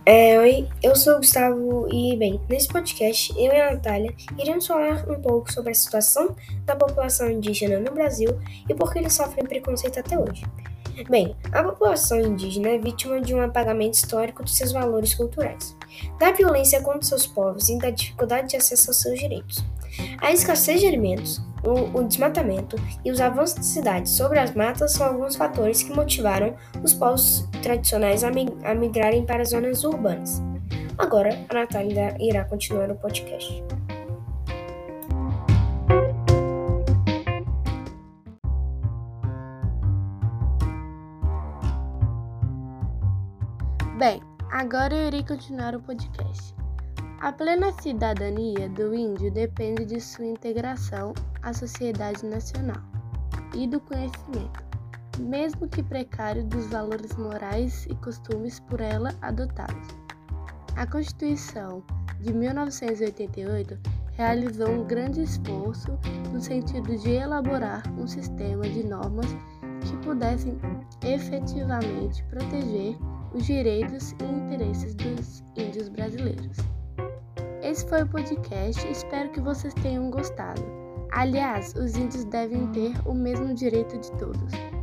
Oi, eu sou o Gustavo e, bem, nesse podcast, eu e a Natália iremos falar um pouco sobre a situação da população indígena no Brasil e por que eles sofrem preconceito até hoje. Bem, a população indígena é vítima de um apagamento histórico de seus valores culturais, da violência contra seus povos e da dificuldade de acesso aos seus direitos. A escassez de alimentos, o desmatamento e os avanços das cidades sobre as matas são alguns fatores que motivaram os povos tradicionais a migrarem para as zonas urbanas. Agora, a Natália irá continuar o podcast. Bem, agora eu irei continuar o podcast. A plena cidadania do índio depende de sua integração à sociedade nacional e do conhecimento, mesmo que precário, dos valores morais e costumes por ela adotados. A Constituição de 1988 realizou um grande esforço no sentido de elaborar um sistema de normas que pudessem efetivamente proteger os direitos e interesses dos índios brasileiros. Esse foi o podcast, espero que vocês tenham gostado. Aliás, os índios devem ter o mesmo direito de todos.